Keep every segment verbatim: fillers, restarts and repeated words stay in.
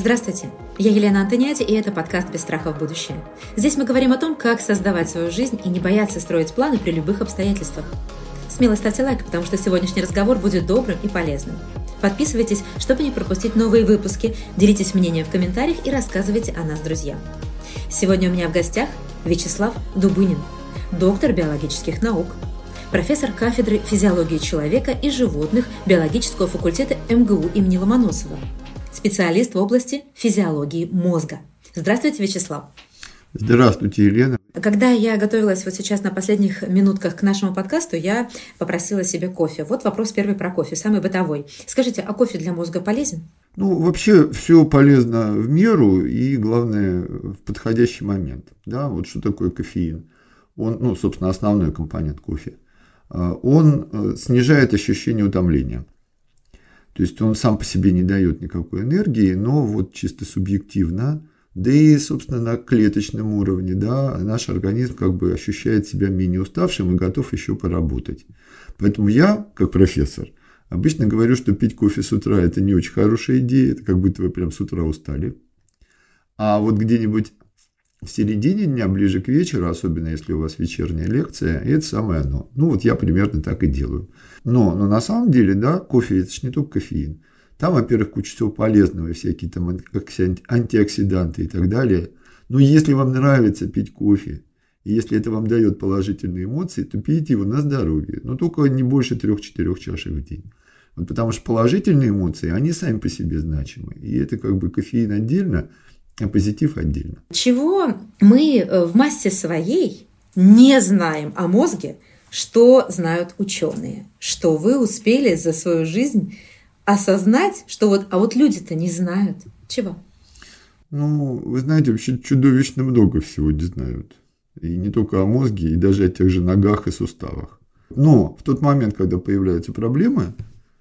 Здравствуйте, я Елена Антониади, и это подкаст «Без страха в будущее». Здесь мы говорим о том, как создавать свою жизнь и не бояться строить планы при любых обстоятельствах. Смело ставьте лайк, потому что сегодняшний разговор будет добрым и полезным. Подписывайтесь, чтобы не пропустить новые выпуски, делитесь мнением в комментариях и рассказывайте о нас друзьям. Сегодня у меня в гостях Вячеслав Дубынин, доктор биологических наук, профессор кафедры физиологии человека и животных биологического факультета эм гэ у имени Ломоносова, специалист в области физиологии мозга. Здравствуйте, Вячеслав. Здравствуйте, Елена. Когда я готовилась вот сейчас на последних минутках к нашему подкасту, я попросила себе кофе. Вот вопрос первый про кофе, самый бытовой. Скажите, а кофе для мозга полезен? Ну, вообще все полезно в меру и, главное, в подходящий момент. Да, вот что такое кофеин? Он, ну, собственно, основной компонент кофе. Он снижает ощущение утомления. То есть он сам по себе не дает никакой энергии, но вот чисто субъективно, да и, собственно, на клеточном уровне, да, наш организм как бы ощущает себя менее уставшим и готов еще поработать. Поэтому я, как профессор, обычно говорю, что пить кофе с утра – это не очень хорошая идея, это как будто вы прям с утра устали. А вот где-нибудь в середине дня, ближе к вечеру, особенно если у вас вечерняя лекция, это самое оно. Ну, вот я примерно так и делаю. Но, но на самом деле, да, кофе – это же не только кофеин. Там, во-первых, куча всего полезного, всякие там антиоксиданты и так далее. Но если вам нравится пить кофе, и если это вам дает положительные эмоции, то пейте его на здоровье. Но только не больше трех-четырех чашек в день. Вот потому что положительные эмоции, они сами по себе значимы. И это как бы кофеин отдельно, а позитив отдельно. Чего мы в массе своей не знаем о мозге, что знают ученые? Что вы успели за свою жизнь осознать, что вот, а вот люди-то не знают. Чего? Ну, вы знаете, вообще чудовищно много всего не знают. И не только о мозге, и даже о тех же ногах и суставах. Но в тот момент, когда появляются проблемы,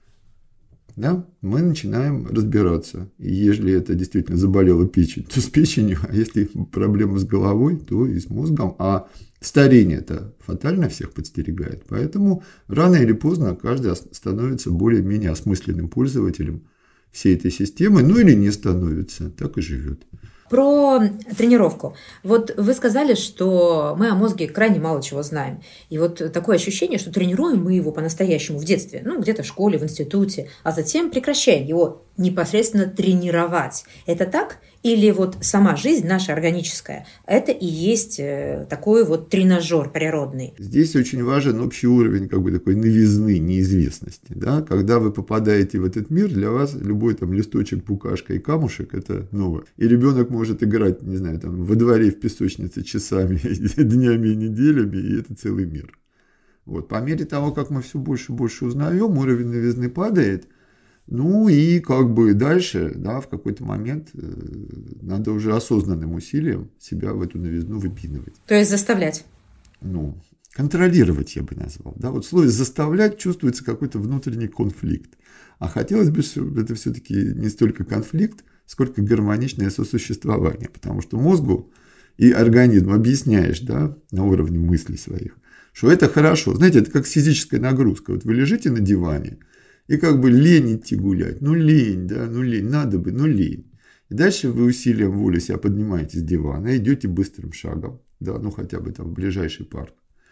да, мы начинаем разбираться. И если это действительно заболела печень, то с печенью, а если проблемы с головой, то и с мозгом. А старение это фатально всех подстерегает. Поэтому рано или поздно каждый становится более-менее осмысленным пользователем всей этой системы, ну или не становится, так и живет. Про тренировку. Вот вы сказали, что мы о мозге крайне мало чего знаем. И вот такое ощущение, что тренируем мы его по-настоящему в детстве, ну, где-то в школе, в институте, а затем прекращаем его непосредственно тренировать. Это так? Или вот сама жизнь наша органическая, это и есть такой вот тренажер природный? Здесь очень важен общий уровень как бы такой новизны, неизвестности. Да? Когда вы попадаете в этот мир, для вас любой там листочек, букашка и камушек – это новое. И ребенок может играть, не знаю, там во дворе в песочнице часами, днями и неделями, и это целый мир. Вот. По мере того, как мы все больше и больше узнаем, уровень новизны падает. Ну и как бы дальше, да, в какой-то момент э, надо уже осознанным усилием себя в эту новизну выпинывать. То есть заставлять? Ну, контролировать я бы назвал. Да? Вот в слове «заставлять» чувствуется какой-то внутренний конфликт. А хотелось бы, чтобы это все-таки не столько конфликт, сколько гармоничное сосуществование. Потому что мозгу и организму объясняешь, да, на уровне мыслей своих, что это хорошо. Знаете, это как физическая нагрузка. Вот вы лежите на диване, и как бы лень идти гулять. Ну, лень, да, ну, лень, надо бы, ну, лень. И дальше вы усилием воли себя поднимаете с дивана, идете быстрым шагом, да, ну, хотя бы там в ближайший парк.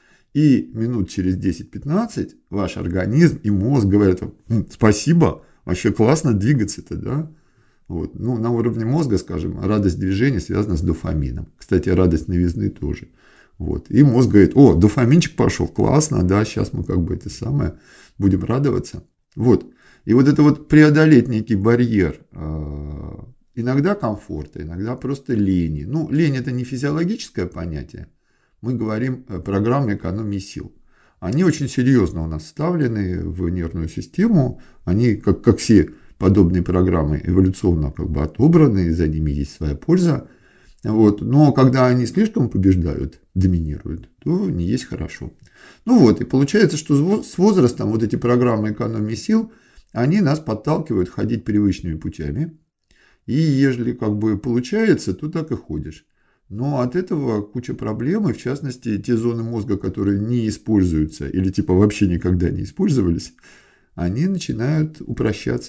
И минут через десять-пятнадцать ваш организм и мозг говорят вам: спасибо, вообще классно двигаться-то, да. Вот. Ну, на уровне мозга, скажем, радость движения связана с дофамином. Кстати, радость новизны тоже. Вот. И мозг говорит: о, дофаминчик пошел, классно, да, сейчас мы как бы это самое будем радоваться. Вот. И вот это вот преодолеть некий барьер, иногда комфорта, иногда просто лени. Ну, лень – это не физиологическое понятие. Мы говорим о программе экономии сил. Они очень серьезно у нас вставлены в нервную систему. Они, как, как все подобные программы, эволюционно как бы отобраны, за ними есть своя польза. Вот. Но когда они слишком побеждают, доминируют, то не есть хорошо. Ну вот, и получается, что с возрастом вот эти программы экономии сил, они нас подталкивают ходить привычными путями. И ежели как бы получается, то так и ходишь. Но от этого куча проблем, и в частности, те зоны мозга, которые не используются или типа вообще никогда не использовались, они начинают упрощаться.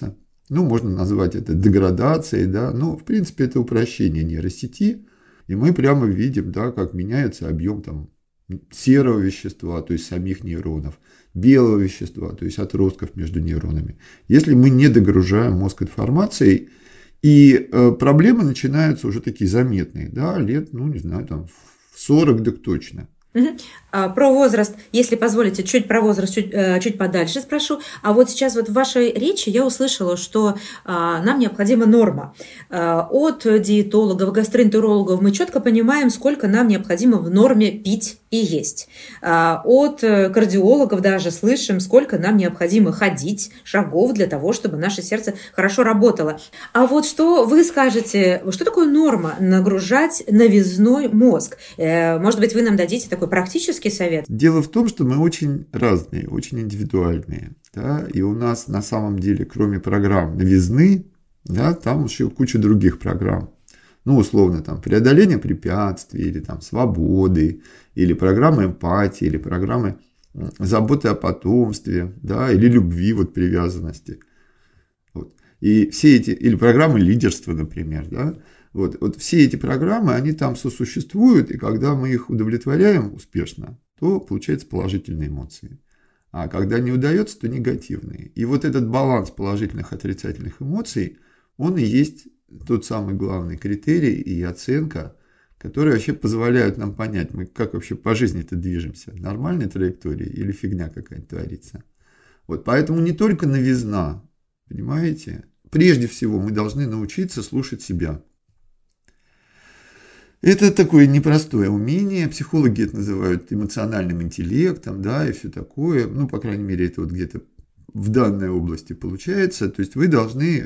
Ну, можно назвать это деградацией, да, но, в принципе, это упрощение нейросети, и мы прямо видим, да, как меняется объем там серого вещества, то есть самих нейронов, белого вещества, то есть отростков между нейронами. Если мы не догружаем мозг информацией, и э, проблемы начинаются уже такие заметные, да, лет, ну, не знаю, там, в сорок, так точно. Угу. А, про возраст, если позволите, чуть про возраст чуть, э, чуть подальше спрошу. А вот сейчас вот в вашей речи я услышала, что а, нам необходима норма. А, от диетологов, гастроэнтерологов мы четко понимаем, сколько нам необходимо в норме пить и есть. А, от кардиологов даже слышим, сколько нам необходимо ходить шагов для того, чтобы наше сердце хорошо работало. А вот что вы скажете, что такое норма нагружать новизной мозг? Э, может быть, вы нам дадите такой практический совет? Дело в том, что мы очень разные, очень индивидуальные. Да? И у нас на самом деле, кроме программ новизны, да, там еще куча других программ. Ну, условно, там, преодоление препятствий, или там, свободы, или программы эмпатии, или программы заботы о потомстве, да, или любви, вот, привязанности. Вот. И все эти, или программы лидерства, например, да. Вот, вот все эти программы, они там сосуществуют, и когда мы их удовлетворяем успешно, то получаются положительные эмоции. А когда не удается, то негативные. И вот этот баланс положительных и отрицательных эмоций, он и есть тот самый главный критерий и оценка, которые вообще позволяют нам понять, мы как вообще по жизни-то движемся, нормальной траектории или фигня какая-то творится. Вот, поэтому не только новизна, понимаете? Прежде всего мы должны научиться слушать себя. Это такое непростое умение, психологи это называют эмоциональным интеллектом, да, и все такое, ну, по крайней мере, это вот где-то в данной области получается, то есть вы должны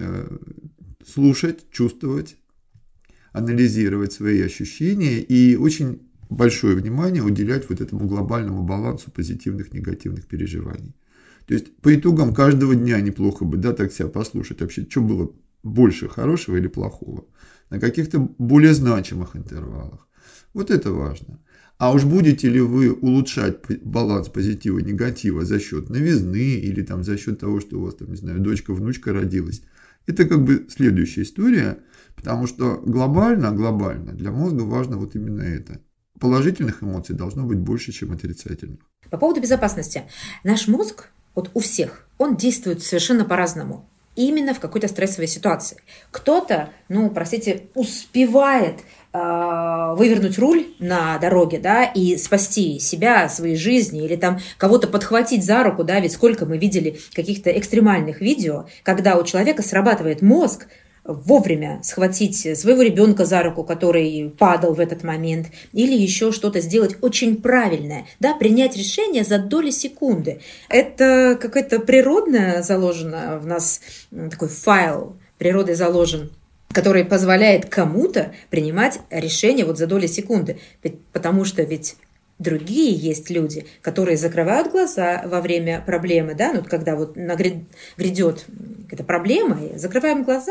слушать, чувствовать, анализировать свои ощущения и очень большое внимание уделять вот этому глобальному балансу позитивных, негативных переживаний. То есть по итогам каждого дня неплохо бы, да, так себя послушать вообще, что было больше, хорошего или плохого, на каких-то более значимых интервалах. Вот это важно. А уж будете ли вы улучшать баланс позитива и негатива за счет новизны или там за счет того, что у вас там, не знаю, дочка, внучка родилась, это как бы следующая история, потому что глобально, глобально для мозга важно вот именно это. Положительных эмоций должно быть больше, чем отрицательных. По поводу безопасности. Наш мозг, вот у всех, он действует совершенно по-разному. Именно в какой-то стрессовой ситуации. Кто-то, ну, простите, успевает э, вывернуть руль на дороге, да, и спасти себя, свои жизни, или там кого-то подхватить за руку, да, ведь сколько мы видели каких-то экстремальных видео, когда у человека срабатывает мозг, вовремя схватить своего ребенка за руку, который падал в этот момент, или еще что-то сделать очень правильное, да, принять решение за доли секунды. Это какое-то природное заложено в нас, такой файл природой заложен, который позволяет кому-то принимать решение вот за доли секунды, потому что ведь другие есть люди, которые закрывают глаза во время проблемы, да, ну, когда вот грядет эта проблема, закрываем глаза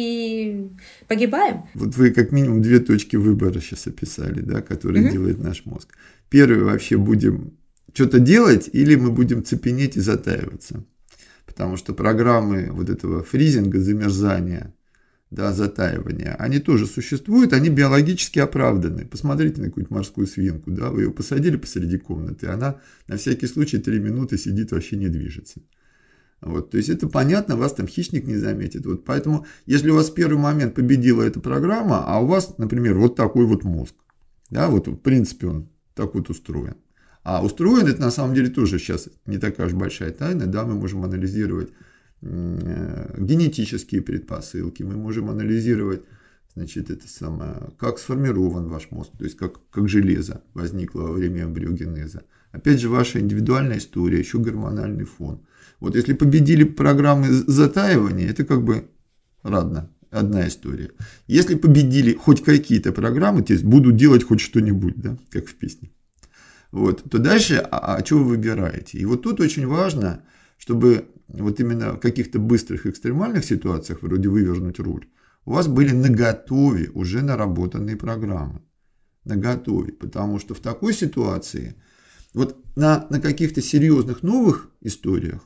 и погибаем. Вот вы как минимум две точки выбора сейчас описали, да, которые mm-hmm. делает наш мозг. Первый, вообще будем что-то делать или мы будем цепенеть и затаиваться. Потому что программы вот этого фризинга, замерзания, да, затаивания, они тоже существуют, они биологически оправданы. Посмотрите на какую-нибудь морскую свинку, да, вы ее посадили посреди комнаты, она на всякий случай три минуты сидит, вообще не движется. Вот, то есть это понятно, вас там хищник не заметит. Вот, поэтому, если у вас в первый момент победила эта программа, а у вас, например, вот такой вот мозг, да, вот в принципе он так вот устроен. А устроен это на самом деле тоже сейчас не такая уж большая тайна, да, мы можем анализировать генетические предпосылки, мы можем анализировать, значит, это самое, как сформирован ваш мозг, то есть как, как железо возникло во время эмбриогенеза. Опять же, ваша индивидуальная история, еще гормональный фон. Вот если победили программы затаивания, это как бы ладно, одна история. Если победили хоть какие-то программы, то есть буду делать хоть что-нибудь, да, как в песне, вот, то дальше, а, а что вы выбираете? И вот тут очень важно, чтобы вот именно в каких-то быстрых экстремальных ситуациях, вроде вывернуть руль, у вас были наготове уже наработанные программы. Наготове. Потому что в такой ситуации, вот на, на каких-то серьезных новых историях,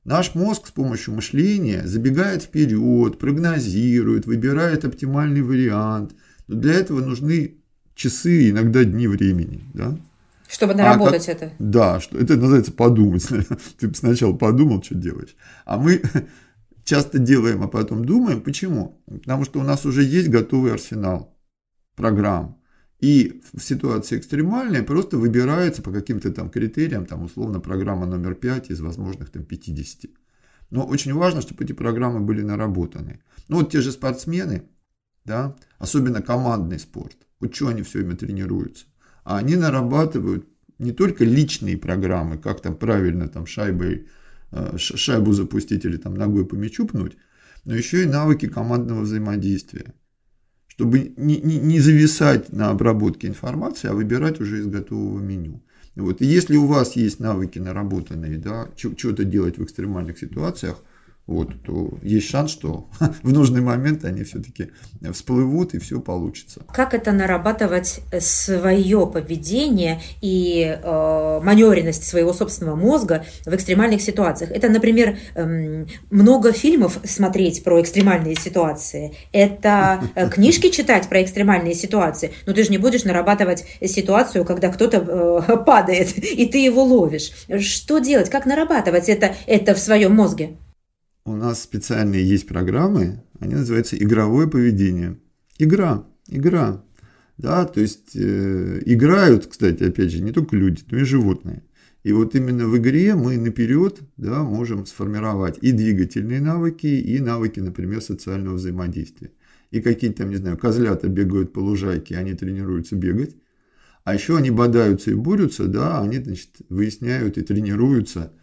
Наш мозг с помощью мышления забегает вперед, прогнозирует, выбирает оптимальный вариант. Но для этого нужны часы, иногда дни времени. Да? Чтобы наработать а как, это. Да, что, это называется подумать. Ты сначала подумал, что делаешь. А мы часто делаем, а потом думаем. Почему? Потому что у нас уже есть готовый арсенал программ. И в ситуации экстремальной просто выбирается по каким-то там критериям, там условно программа номер пять из возможных там пятидесяти. Но очень важно, чтобы эти программы были наработаны. Ну вот те же спортсмены, да, особенно командный спорт, вот что они все время тренируются, а они нарабатывают не только личные программы, как там правильно там шайбой, шайбу запустить или там ногой по мячу пнуть, но еще и навыки командного взаимодействия. Чтобы не, не, не зависать на обработке информации, а выбирать уже из готового меню. Вот. И если у вас есть навыки наработанные, да, что-то делать в экстремальных ситуациях, вот, то есть шанс, что в нужный момент они все-таки всплывут и все получится. Как это нарабатывать свое поведение и э, маневренность своего собственного мозга в экстремальных ситуациях? Это, например, э, много фильмов смотреть про экстремальные ситуации. Это э, книжки читать про экстремальные ситуации. Но ты же не будешь нарабатывать ситуацию, когда кто-то э, падает, и ты его ловишь. Что делать? Как нарабатывать это, это в своем мозге? У нас специальные есть программы, они называются игровое поведение. Игра, игра. Да, то есть э, играют, кстати, опять же, не только люди, но и животные. И вот именно в игре мы наперед, да, можем сформировать и двигательные навыки, и навыки, например, социального взаимодействия. И какие-то там, не знаю, козлята бегают по лужайке, они тренируются бегать. А еще они бодаются и борются, да, они, значит, выясняют и тренируются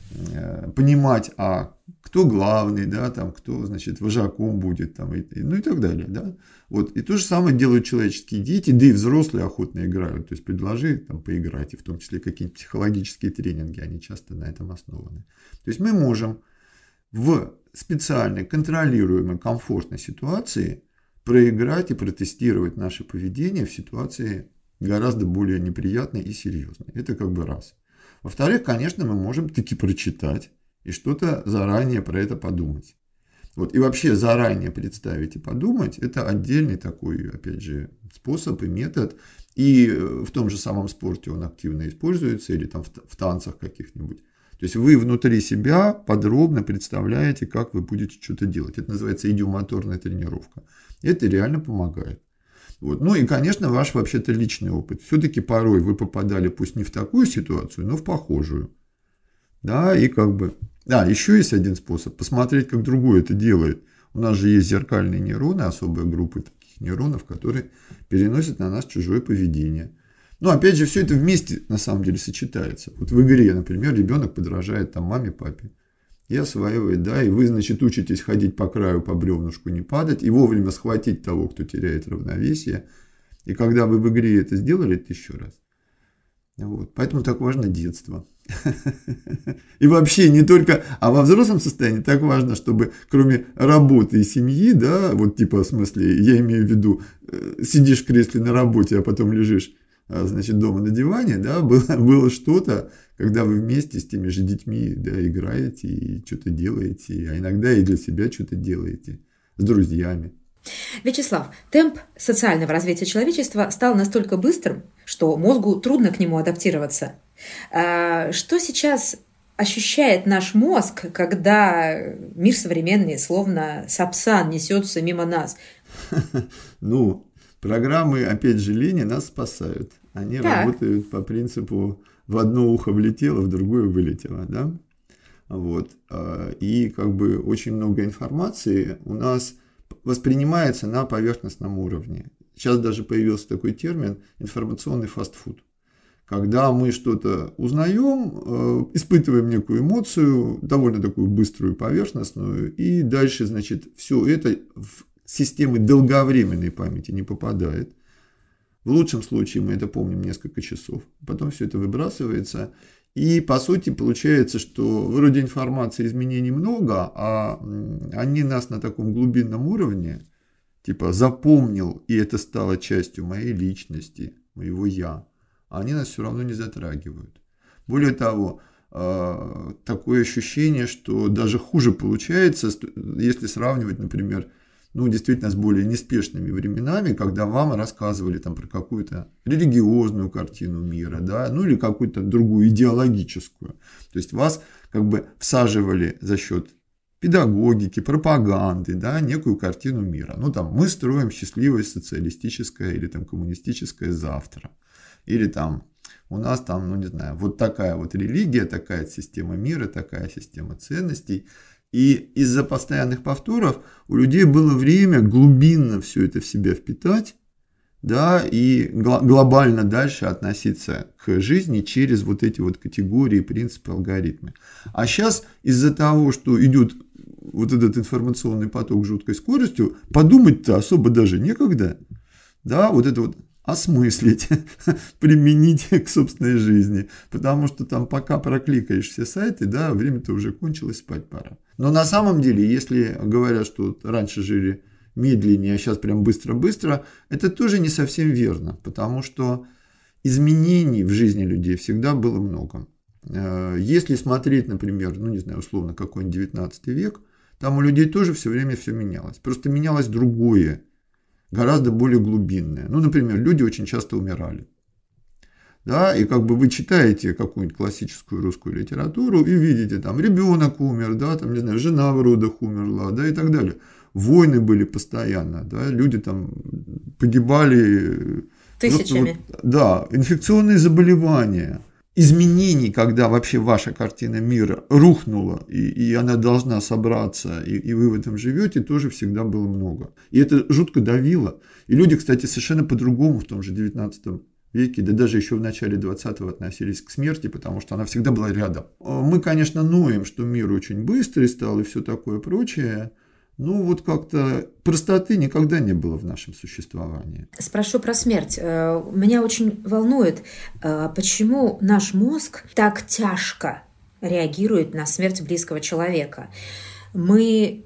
э, понимать, а кто главный, да, там, кто, значит, вожаком будет, там, и, ну и так далее, да. Вот. И то же самое делают человеческие дети, да и взрослые охотно играют. То есть предложи там поиграть, и в том числе какие-нибудь психологические тренинги, они часто на этом основаны. То есть мы можем в специальной, контролируемой, комфортной ситуации проиграть и протестировать наше поведение в ситуации гораздо более неприятной и серьезной. Это как бы раз. Во-вторых, конечно, мы можем таки прочитать и что-то заранее про это подумать. Вот. И вообще заранее представить и подумать – это отдельный такой, опять же, способ и метод. И в том же самом спорте он активно используется, или там в танцах каких-нибудь. То есть вы внутри себя подробно представляете, как вы будете что-то делать. Это называется идиомоторная тренировка. Это реально помогает. Вот. Ну и, конечно, ваш вообще-то личный опыт. Все-таки порой вы попадали, пусть не в такую ситуацию, но в похожую. Да, и как бы... Да, еще есть один способ. Посмотреть, как другой это делает. У нас же есть зеркальные нейроны, особая группа таких нейронов, которые переносят на нас чужое поведение. Но, опять же, все это вместе, на самом деле, сочетается. Вот в игре, например, ребенок подражает там маме, папе. И осваивает, да, и вы, значит, учитесь ходить по краю, по бревнышку, не падать, и вовремя схватить того, кто теряет равновесие. И когда вы в игре это сделали тысячу раз. Вот. Поэтому так важно детство. И вообще не только, а во взрослом состоянии так важно, чтобы кроме работы и семьи, да, вот типа в смысле, я имею в виду, сидишь в кресле на работе, а потом лежишь, значит, дома на диване, да, было, было что-то, когда вы вместе с теми же детьми, да, играете и что-то делаете, а иногда и для себя что-то делаете с друзьями. Вячеслав, темп социального развития человечества стал настолько быстрым, что мозгу трудно к нему адаптироваться. Что сейчас ощущает наш мозг, когда мир современный, словно сапсан, несется мимо нас? Ну, программы, опять же, лени нас спасают. Они так работают по принципу в одно ухо влетело, в другое вылетело, да? Вот. И как бы очень много информации у нас воспринимается на поверхностном уровне. Сейчас даже появился такой термин информационный фастфуд. Когда мы что-то узнаем, испытываем некую эмоцию, довольно такую быструю, поверхностную, и дальше, значит, все это в системы долговременной памяти не попадает. В лучшем случае мы это помним несколько часов. Потом все это выбрасывается. И, по сути, получается, что вроде информации, изменений много, а они нас на таком глубинном уровне, типа, запомнил, и это стало частью моей личности, моего «я», а они нас все равно не затрагивают. Более того, э, такое ощущение, что даже хуже получается, если сравнивать, например, ну, действительно, с более неспешными временами, когда вам рассказывали там про какую-то религиозную картину мира, да, ну, или какую-то другую идеологическую. То есть вас как бы всаживали за счет педагогики, пропаганды, да, некую картину мира. Ну, там, мы строим счастливое социалистическое или там коммунистическое завтра. Или там, у нас там, ну, не знаю, вот такая вот религия, такая система мира, такая система ценностей. И из-за постоянных повторов у людей было время глубинно все это в себя впитать, да, и глобально дальше относиться к жизни через вот эти вот категории, принципы, алгоритмы. А сейчас из-за того, что идет вот этот информационный поток с жуткой скоростью, подумать-то особо даже некогда, да, вот это вот осмыслить, применить к собственной жизни, потому что там пока прокликаешь все сайты, да, время-то уже кончилось, спать пора. Но на самом деле, если говорят, что раньше жили медленнее, а сейчас прям быстро-быстро, это тоже не совсем верно, потому что изменений в жизни людей всегда было много. Если смотреть, например, ну не знаю, условно, какой-нибудь девятнадцатый век, там у людей тоже все время все менялось. Просто менялось другое, гораздо более глубинное. Ну, например, люди очень часто умирали. Да, и как бы вы читаете какую-нибудь классическую русскую литературу и видите, там, ребенок умер, да, там, не знаю, жена в родах умерла, да, и так далее. Войны были постоянно, да, люди там погибали. Тысячами. Вот, да, инфекционные заболевания. Изменений, когда вообще ваша картина мира рухнула, и, и она должна собраться, и, и вы в этом живете, тоже всегда было много. И это жутко давило. И люди, кстати, совершенно по-другому в том же девятнадцатом веке, да даже еще в начале двадцатого относились к смерти, потому что она всегда была рядом. Мы, конечно, ноем, что мир очень быстрый стал и все такое прочее. Ну, вот как-то простоты никогда не было в нашем существовании. Спрошу про смерть. Меня очень волнует, почему наш мозг так тяжко реагирует на смерть близкого человека. Мы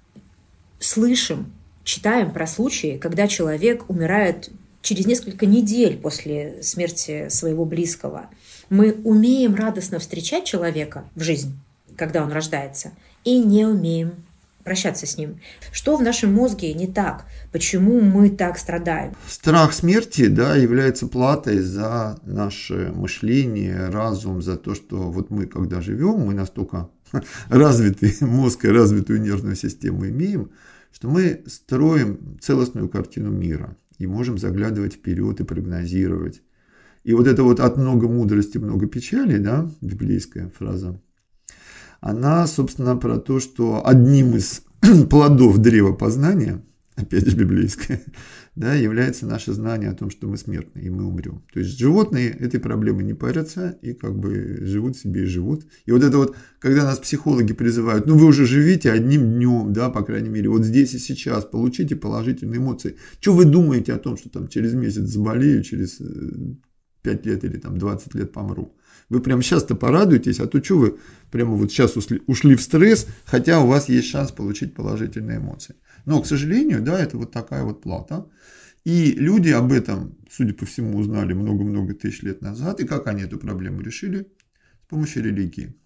слышим, читаем про случаи, когда человек умирает через несколько недель после смерти своего близкого. Мы умеем радостно встречать человека в жизнь, когда он рождается, и не умеем прощаться с ним. Что в нашем мозге не так? Почему мы так страдаем? Страх смерти, да, является платой за наше мышление, разум, за то, что вот мы, когда живем, мы настолько развитый мозг и развитую нервную систему имеем, что мы строим целостную картину мира и можем заглядывать вперед и прогнозировать. И вот это вот «от много мудрости, много печали», да, библейская фраза, она, собственно, про то, что одним из плодов древа познания, опять же библейское, да, является наше знание о том, что мы смертны и мы умрем. То есть животные этой проблемой не парятся и как бы живут себе и живут. И вот это вот, когда нас психологи призывают, ну вы уже живите одним днем, да, по крайней мере, вот здесь и сейчас, получите положительные эмоции. Что вы думаете о том, что там через месяц заболею, через пять лет или там двадцать лет помру? Вы прямо сейчас-то порадуетесь, а то что вы прямо вот сейчас ушли, ушли в стресс, хотя у вас есть шанс получить положительные эмоции. Но, к сожалению, да, это вот такая вот плата. И люди об этом, судя по всему, узнали много-много тысяч лет назад. И как они эту проблему решили? С помощью религии.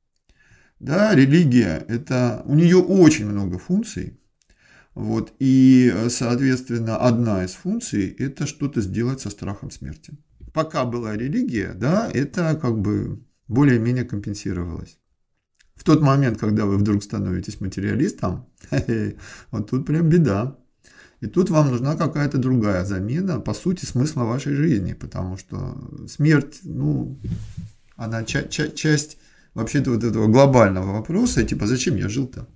Да, религия, это, у нее очень много функций. Вот, и, соответственно, одна из функций – это что-то сделать со страхом смерти. Пока была религия, да, это как бы более-менее компенсировалось. В тот момент, когда вы вдруг становитесь материалистом, вот тут прям беда. И тут вам нужна какая-то другая замена, по сути, смысла вашей жизни, потому что смерть, ну, она ча- ча- часть вообще-то вот этого глобального вопроса, типа, зачем я жил-то?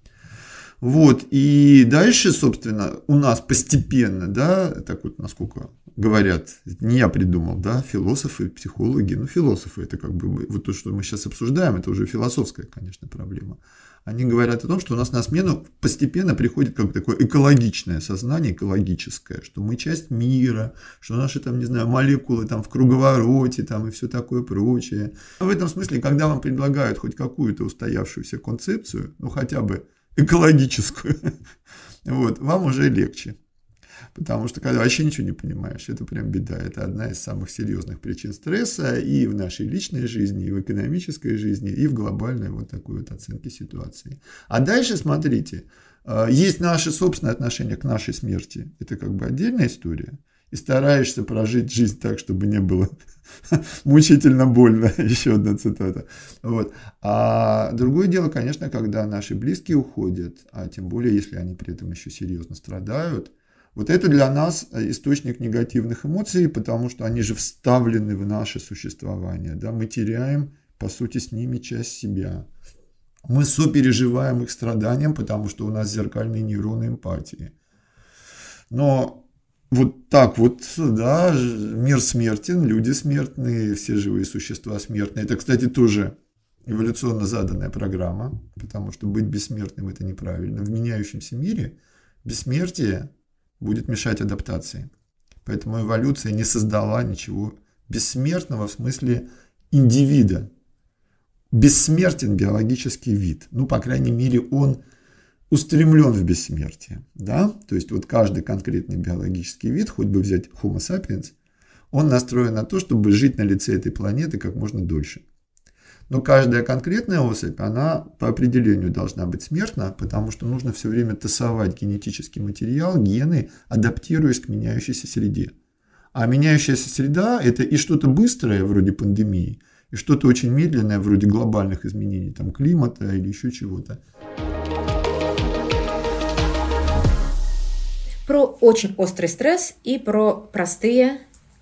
Вот, и дальше, собственно, у нас постепенно, да, так вот, насколько говорят, не я придумал, да, философы, психологи, ну, философы, это как бы, вот то, что мы сейчас обсуждаем, это уже философская, конечно, проблема. Они говорят о том, что у нас на смену постепенно приходит как бы такое экологичное сознание, экологическое, что мы часть мира, что наши там, не знаю, молекулы там в круговороте там и все такое прочее. В этом смысле, когда вам предлагают хоть какую-то устоявшуюся концепцию, ну, хотя бы экологическую, вот, вам уже легче. Потому что когда вообще ничего не понимаешь, это прям беда. Это одна из самых серьезных причин стресса и в нашей личной жизни, и в экономической жизни, и в глобальной вот такой вот оценке ситуации. А дальше, смотрите, есть наше собственное отношение к нашей смерти. Это как бы отдельная история. И стараешься прожить жизнь так, чтобы не было мучительно больно. Еще одна цитата. Вот. А другое дело, конечно, когда наши близкие уходят, а тем более, если они при этом еще серьезно страдают, вот это для нас источник негативных эмоций, потому что они же вставлены в наше существование. Да? Мы теряем, по сути, с ними часть себя. Мы сопереживаем их страданиям, потому что у нас зеркальные нейроны эмпатии. Но вот так вот, да, мир смертен, люди смертные, все живые существа смертные. Это, кстати, тоже эволюционно заданная программа, потому что быть бессмертным – это неправильно. В меняющемся мире бессмертие будет мешать адаптации. Поэтому эволюция не создала ничего бессмертного в смысле индивида. Бессмертен биологический вид. Ну, по крайней мере, он устремлен в бессмертие. Да? То есть, вот каждый конкретный биологический вид, хоть бы взять Homo sapiens, он настроен на то, чтобы жить на лице этой планеты как можно дольше. Но каждая конкретная особь, она по определению должна быть смертна, потому что нужно все время тасовать генетический материал, гены, адаптируясь к меняющейся среде. А меняющаяся среда – это и что-то быстрое, вроде пандемии, и что-то очень медленное, вроде глобальных изменений там, климата или еще чего-то. Про очень острый стресс и про простые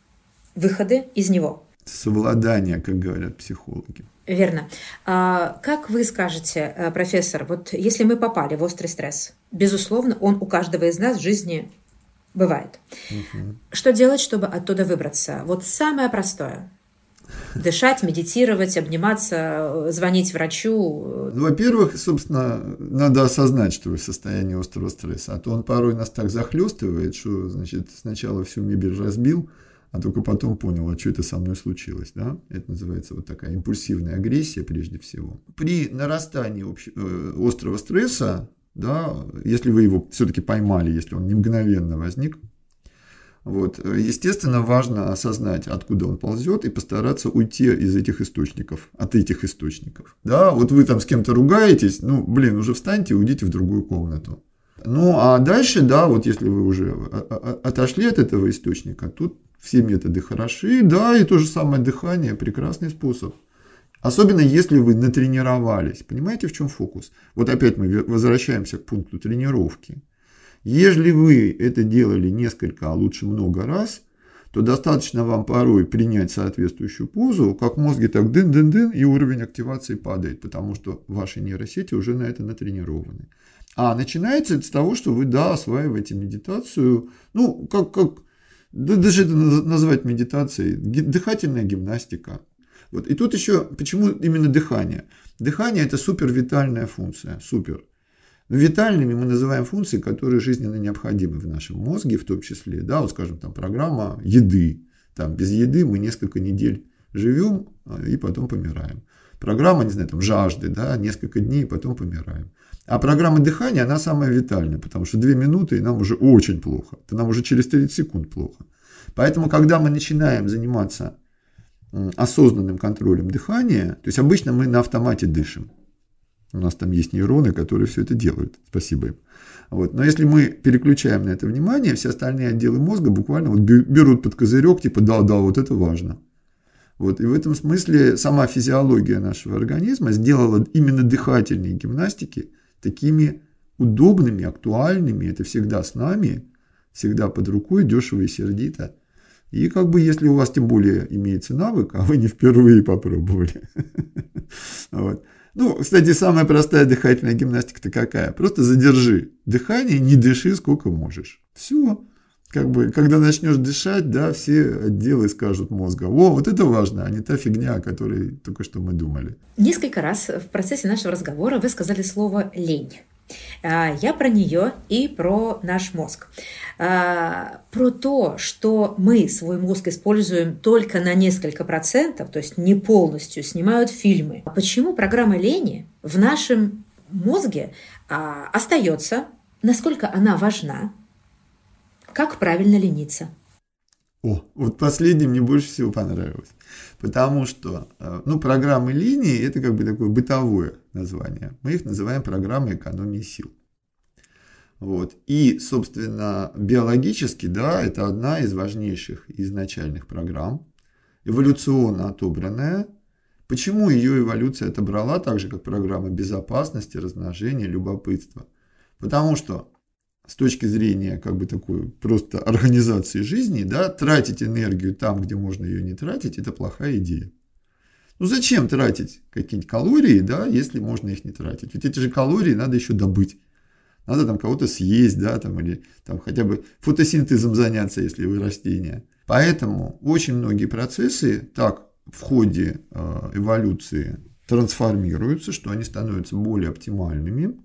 выходы из него. Совладание, как говорят психологи. Верно. А как вы скажете, профессор, вот если мы попали в острый стресс, безусловно, он у каждого из нас в жизни бывает. Угу. Что делать, чтобы оттуда выбраться? Вот самое простое. Дышать, медитировать, обниматься, звонить врачу. Ну, во-первых, собственно, надо осознать, что вы в состоянии острого стресса. А то он порой нас так захлестывает, что, значит, сначала всю мебель разбил, а только потом понял, а что это со мной случилось. Да? Это называется вот такая импульсивная агрессия прежде всего. При нарастании общ... острого стресса, да, если вы его все-таки поймали, если он не мгновенно возник, вот, естественно, важно осознать, откуда он ползет, и постараться уйти из этих источников, от этих источников. Да, вот вы там с кем-то ругаетесь, ну, блин, уже встаньте и уйдите в другую комнату. Ну, а дальше, да, вот если вы уже отошли от этого источника, тут все методы хороши, да, и то же самое дыхание – прекрасный способ. Особенно если вы натренировались. Понимаете, в чем фокус? Вот опять мы возвращаемся к пункту тренировки. Если вы это делали несколько, а лучше много раз, то достаточно вам порой принять соответствующую позу, как в мозге так дын-дын-дын, и уровень активации падает, потому что ваши нейросети уже на это натренированы. А начинается это с того, что вы, да, осваиваете медитацию, ну, как, как да, даже это назвать медитацией, дыхательная гимнастика. Вот. И тут еще, почему именно дыхание? Дыхание – это супервитальная функция, супер. Витальными мы называем функции, которые жизненно необходимы в нашем мозге, в том числе, да, вот скажем, там программа еды. Там без еды мы несколько недель живем и потом помираем. Программа, не знаю, там жажды, да, несколько дней и потом помираем. А программа дыхания, она самая витальная, потому что две минуты и нам уже очень плохо. Это нам уже через тридцать секунд плохо. Поэтому, когда мы начинаем заниматься осознанным контролем дыхания, то есть обычно мы на автомате дышим. У нас там есть нейроны, которые все это делают. Спасибо им. Вот. Но если мы переключаем на это внимание, все остальные отделы мозга буквально вот берут под козырек, типа да-да, вот это важно. Вот. И в этом смысле сама физиология нашего организма сделала именно дыхательные гимнастики такими удобными, актуальными. Это всегда с нами, всегда под рукой, дешево и сердито. И как бы если у вас тем более имеется навык, а вы не впервые попробовали. Вот. Ну, кстати, самая простая дыхательная гимнастика-то какая? Просто задержи дыхание, не дыши сколько можешь. Все. Как бы, когда начнешь дышать, да, все отделы скажут мозга: о, вот это важно, а не та фигня, о которой только что мы думали. Несколько раз в процессе нашего разговора вы сказали слово «лень». Я про нее и про наш мозг. Про то, что мы свой мозг используем только на несколько процентов, то есть не полностью, снимают фильмы. Почему программа лени в нашем мозге остается, насколько она важна, Как правильно лениться? О, вот последнее мне больше всего понравилось. Потому что, ну, программы линии – это как бы такое бытовое название. Мы их называем программой экономии сил. Вот. И, собственно, биологически, да, это одна из важнейших изначальных программ, эволюционно отобранная. Почему ее эволюция отобрала, так же, как программа безопасности, размножения, любопытства? Потому что с точки зрения как бы такой просто организации жизни, да, тратить энергию там, где можно ее не тратить, это плохая идея. Ну зачем тратить какие-нибудь калории, да, если можно их не тратить? Ведь эти же калории надо еще добыть. Надо там кого-то съесть, да, там, или там хотя бы фотосинтезом заняться, если вы растения. Поэтому очень многие процессы так в ходе э, эволюции трансформируются, что они становятся более оптимальными.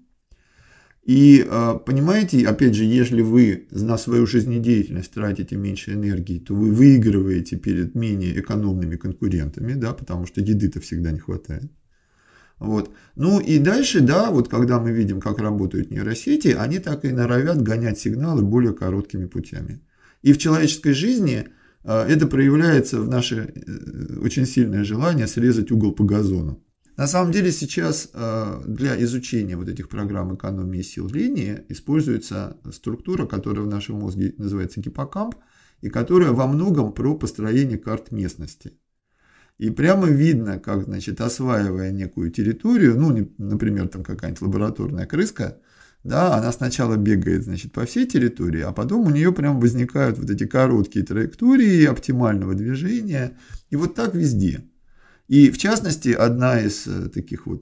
И понимаете, опять же, если вы на свою жизнедеятельность тратите меньше энергии, то вы выигрываете перед менее экономными конкурентами, да, потому что еды-то всегда не хватает. Вот. Ну и дальше, да, вот когда мы видим, как работают нейросети, они так и норовят гонять сигналы более короткими путями. И в человеческой жизни это проявляется в наше очень сильное желание срезать угол по газону. На самом деле сейчас для изучения вот этих программ экономии сил линии используется структура, которая в нашем мозге называется гиппокамп, и которая во многом про построение карт местности. И прямо видно, как, значит, осваивая некую территорию, ну, например, там какая-нибудь лабораторная крыска, да, она сначала бегает, значит, по всей территории, а потом у нее прям возникают вот эти короткие траектории оптимального движения, и вот так везде. И, в частности, одна из таких вот,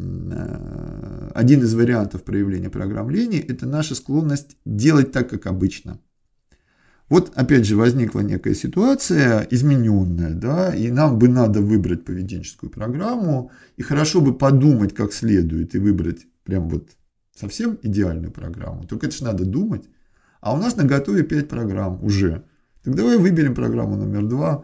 один из вариантов проявления программ лени – это наша склонность делать так, как обычно. Вот, опять же, возникла некая ситуация измененная, да, и нам бы надо выбрать поведенческую программу, и хорошо бы подумать как следует, и выбрать прям вот совсем идеальную программу. Только это же надо думать. А у нас наготове пять программ уже. Так давай выберем программу номер два.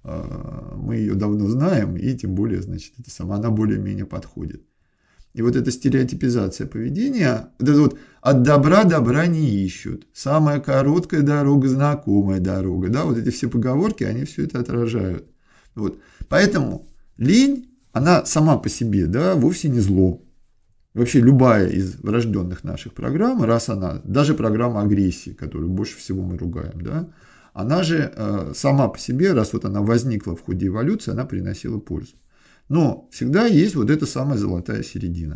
Мы ее давно знаем, и тем более, значит, это сама, она более-менее подходит. И вот эта стереотипизация поведения, вот это вот от добра добра не ищут, самая короткая дорога, знакомая дорога, да, вот эти все поговорки, они все это отражают. Вот. Поэтому лень, она сама по себе, да, вовсе не зло. Вообще любая из врожденных наших программ, раз она, даже программа агрессии, которую больше всего мы ругаем, да, она же э, сама по себе, раз вот она возникла в ходе эволюции, она приносила пользу. Но всегда есть вот эта самая золотая середина.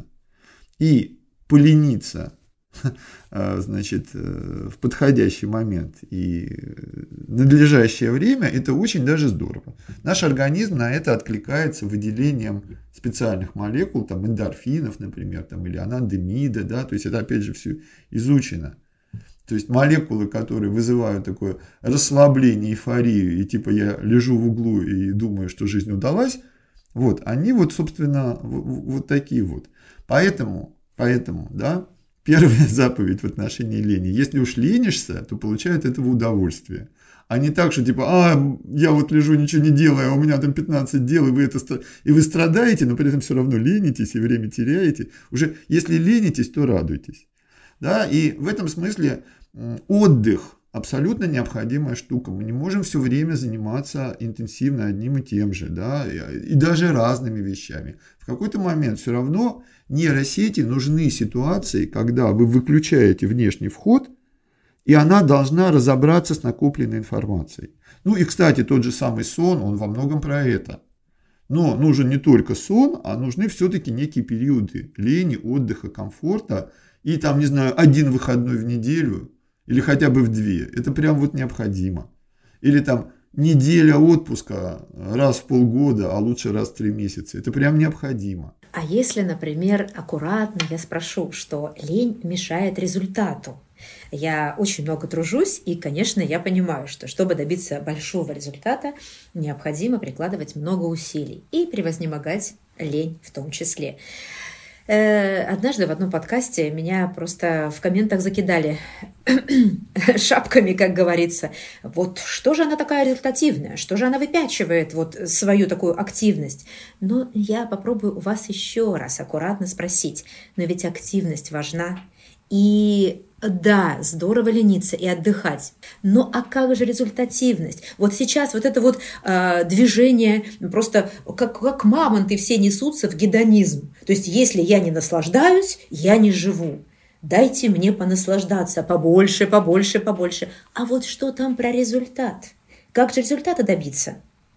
И полениться, э, значит, э, в подходящий момент и надлежащее время, это очень даже здорово. Наш организм на это откликается выделением специальных молекул, там эндорфинов, например, там, или анандамида, да, то есть это опять же все изучено. То есть молекулы, которые вызывают такое расслабление, эйфорию, и типа я лежу в углу и думаю, что жизнь удалась, вот, они вот, собственно, вот такие вот. Поэтому, поэтому, да, первая заповедь в отношении лени. Если уж ленишься, то получают этого удовольствие. А не так, что типа, а, я вот лежу, ничего не делаю, а у меня там пятнадцать дел, и вы, это, и вы страдаете, но при этом все равно ленитесь и время теряете. Уже если ленитесь, то радуйтесь. Да, и в этом смысле отдых абсолютно необходимая штука. Мы не можем все время заниматься интенсивно одним и тем же, да, и даже разными вещами. В какой-то момент все равно нейросети нужны ситуации, когда вы выключаете внешний вход, и она должна разобраться с накопленной информацией. Ну и, кстати, тот же самый сон, он во многом про это. Но нужен не только сон, а нужны все-таки некие периоды лени, отдыха, комфорта. И там, не знаю, один выходной в неделю или хотя бы в две. Это прям вот необходимо. Или там неделя отпуска раз в полгода, а лучше раз в три месяца. Это прям необходимо. А если, например, аккуратно я спрошу, что лень мешает результату? Я очень много тружусь, и, конечно, я понимаю, что чтобы добиться большого результата, необходимо прикладывать много усилий и превознемогать лень в том числе. Однажды в одном подкасте меня просто в комментах закидали шапками, как говорится. Вот что же она такая результативная? Что же она выпячивает вот свою такую активность? Но я попробую у вас еще раз аккуратно спросить. Но ведь активность важна. И да, здорово лениться и отдыхать. Но а как же результативность? Вот сейчас вот это вот э, движение, просто как, как мамонты все несутся в гедонизм. То есть если я не наслаждаюсь, я не живу. Дайте мне понаслаждаться побольше, побольше, побольше. А вот что там про результат? Как же результата добиться?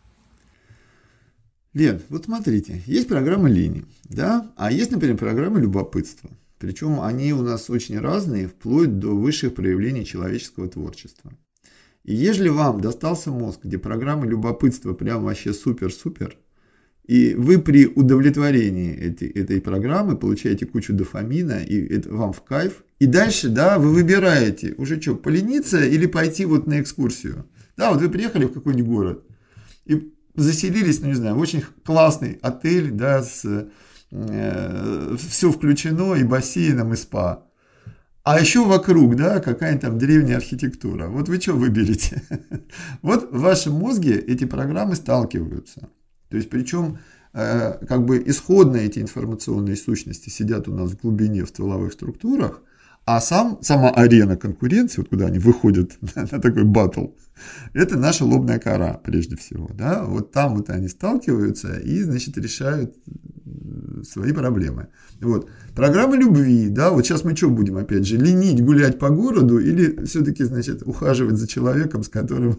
Лен, вот смотрите, есть программа лени, да, а есть, например, программа любопытства. Причем они у нас очень разные, вплоть до высших проявлений человеческого творчества. И если вам достался мозг, где программа любопытства прям вообще супер-супер, и вы при удовлетворении этой, этой программы получаете кучу дофамина, и это вам в кайф, и дальше, да, вы выбираете уже что, полениться или пойти вот на экскурсию. Да, вот вы приехали в какой-нибудь город и заселились, ну не знаю, в очень классный отель, да, с... все включено, и бассейном, и спа. А еще вокруг, да, какая-то там древняя архитектура. Вот вы что выберете? Вот в вашем мозге эти программы сталкиваются. То есть, причем, как бы исходно эти информационные сущности сидят у нас в глубине, в стволовых структурах, а сам, сама арена конкуренции, вот куда они выходят на, на такой баттл, это наша лобная кора, прежде всего. Да? Вот там вот они сталкиваются и, значит, решают свои проблемы. Вот. Программа любви, да, вот сейчас мы что будем, опять же, ленить, гулять по городу или все-таки, значит, ухаживать за человеком, с которым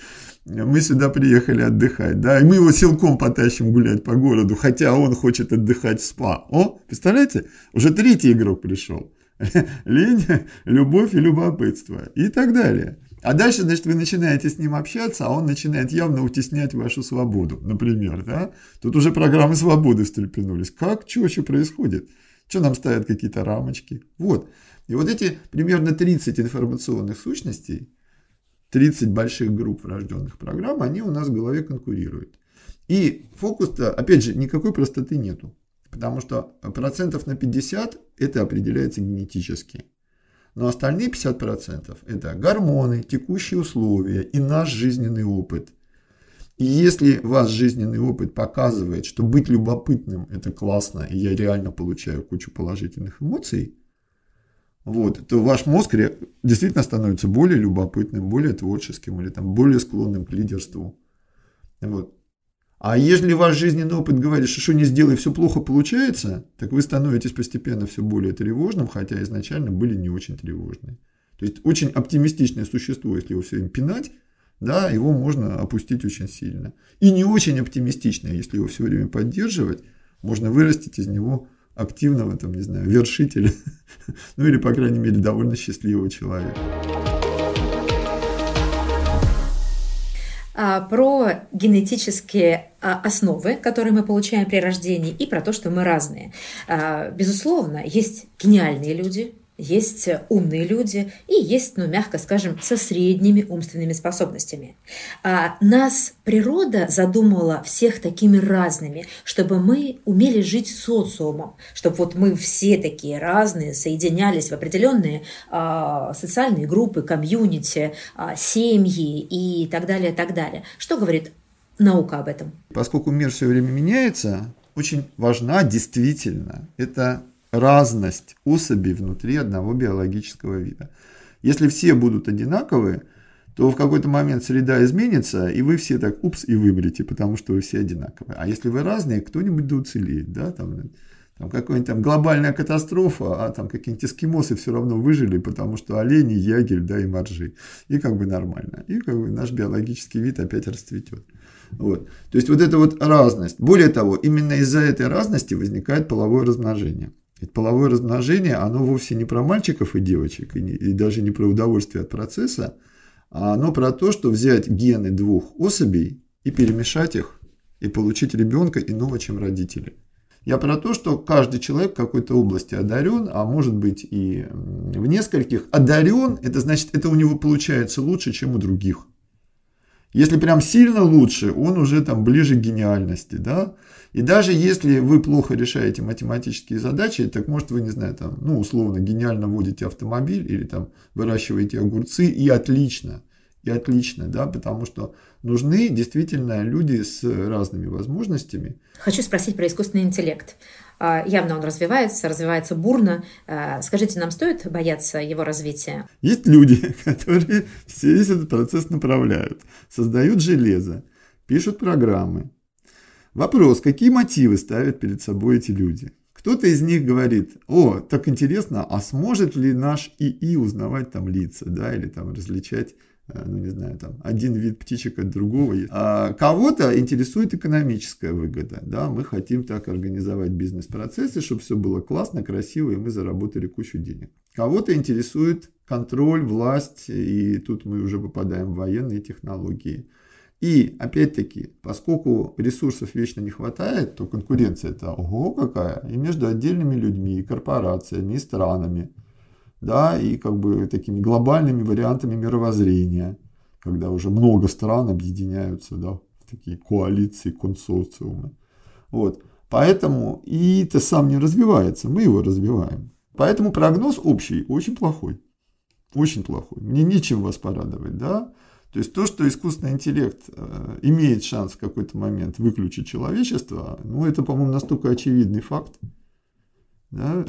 мы сюда приехали отдыхать, да, и мы его силком потащим гулять по городу, хотя он хочет отдыхать в спа. О, представляете, уже третий игрок пришел. Лень, любовь и любопытство и так далее. А дальше, значит, вы начинаете с ним общаться, а он начинает явно утеснять вашу свободу, например, да? Тут уже программы свободы встрепенулись. Как? Что вообще происходит? Что нам ставят какие-то рамочки? Вот. И вот эти примерно тридцать информационных сущностей, тридцать больших групп врожденных программ, они у нас в голове конкурируют. И фокус-то, опять же, никакой простоты нету. Потому что процентов на пятьдесят это определяется генетически. Но остальные пятьдесят процентов это гормоны, текущие условия и наш жизненный опыт. И если ваш жизненный опыт показывает, что быть любопытным это классно, и я реально получаю кучу положительных эмоций, вот, то ваш мозг действительно становится более любопытным, более творческим или там, более склонным к лидерству. Вот. А если ваш жизненный опыт говорит, что что не сделай, все плохо получается, так вы становитесь постепенно все более тревожным, хотя изначально были не очень тревожные. То есть очень оптимистичное существо, если его все время пинать, да, его можно опустить очень сильно. И не очень оптимистичное, если его все время поддерживать, можно вырастить из него активного, там, не знаю, вершителя, ну или, по крайней мере, довольно счастливого человека. Про генетические основы, которые мы получаем при рождении, и про то, что мы разные. Безусловно, есть гениальные люди, есть умные люди и есть, ну, мягко скажем, со средними умственными способностями. А нас природа задумала всех такими разными, чтобы мы умели жить социумом, чтобы вот мы все такие разные соединялись в определенные а, социальные группы, комьюнити, а, семьи и так далее, так далее. Что говорит наука об этом? Поскольку мир все время меняется, очень важна действительно это разность особей внутри одного биологического вида. Если все будут одинаковые, то в какой-то момент среда изменится, и вы все так упс и вымрете, потому что вы все одинаковые. А если вы разные, кто-нибудь да уцелеет, да, там, там какая-нибудь там глобальная катастрофа, а там какие-нибудь эскимосы все равно выжили, потому что олени, ягель, да, и моржи. И как бы нормально. И как бы наш биологический вид опять расцветет. Вот. То есть вот эта вот разность. Более того, именно из-за этой разности возникает половое размножение. Ведь половое размножение, оно вовсе не про мальчиков и девочек, и, не, и даже не про удовольствие от процесса, а оно про то, что взять гены двух особей и перемешать их, и получить ребенка иного, чем родители. Я про то, что каждый человек в какой-то области одарен, а может быть и в нескольких. Одарен, это значит, это у него получается лучше, чем у других. Если прям сильно лучше, он уже там ближе к гениальности, да. И даже если вы плохо решаете математические задачи, так может вы, не знаю, там, ну, условно, гениально водите автомобиль или там выращиваете огурцы, и отлично. И отлично, да, потому что нужны действительно люди с разными возможностями. Хочу спросить про искусственный интеллект. Явно он развивается, развивается бурно. Скажите, нам стоит бояться его развития? Есть люди, которые весь этот процесс направляют, создают железо, пишут программы. Вопрос, какие мотивы ставят перед собой эти люди? Кто-то из них говорит: о, так интересно, а сможет ли наш ИИ узнавать там лица, да, или там различать, ну не знаю, там один вид птичек от другого. А кого-то интересует экономическая выгода, да, мы хотим так организовать бизнес-процессы, чтобы все было классно, красиво, и мы заработали кучу денег. Кого-то интересует контроль, власть, и тут мы уже попадаем в военные технологии. И, опять-таки, поскольку ресурсов вечно не хватает, то конкуренция это ого какая, и между отдельными людьми, и корпорациями, и странами, да, и как бы такими глобальными вариантами мировоззрения, когда уже много стран объединяются, да, в такие коалиции, консорциумы. Вот. Поэтому ИИ-то сам не развивается, мы его развиваем. Поэтому прогноз общий очень плохой, очень плохой. Мне нечем вас порадовать, да. То есть то, что искусственный интеллект э, имеет шанс в какой-то момент выключить человечество, ну это, по-моему, настолько очевидный факт. Да?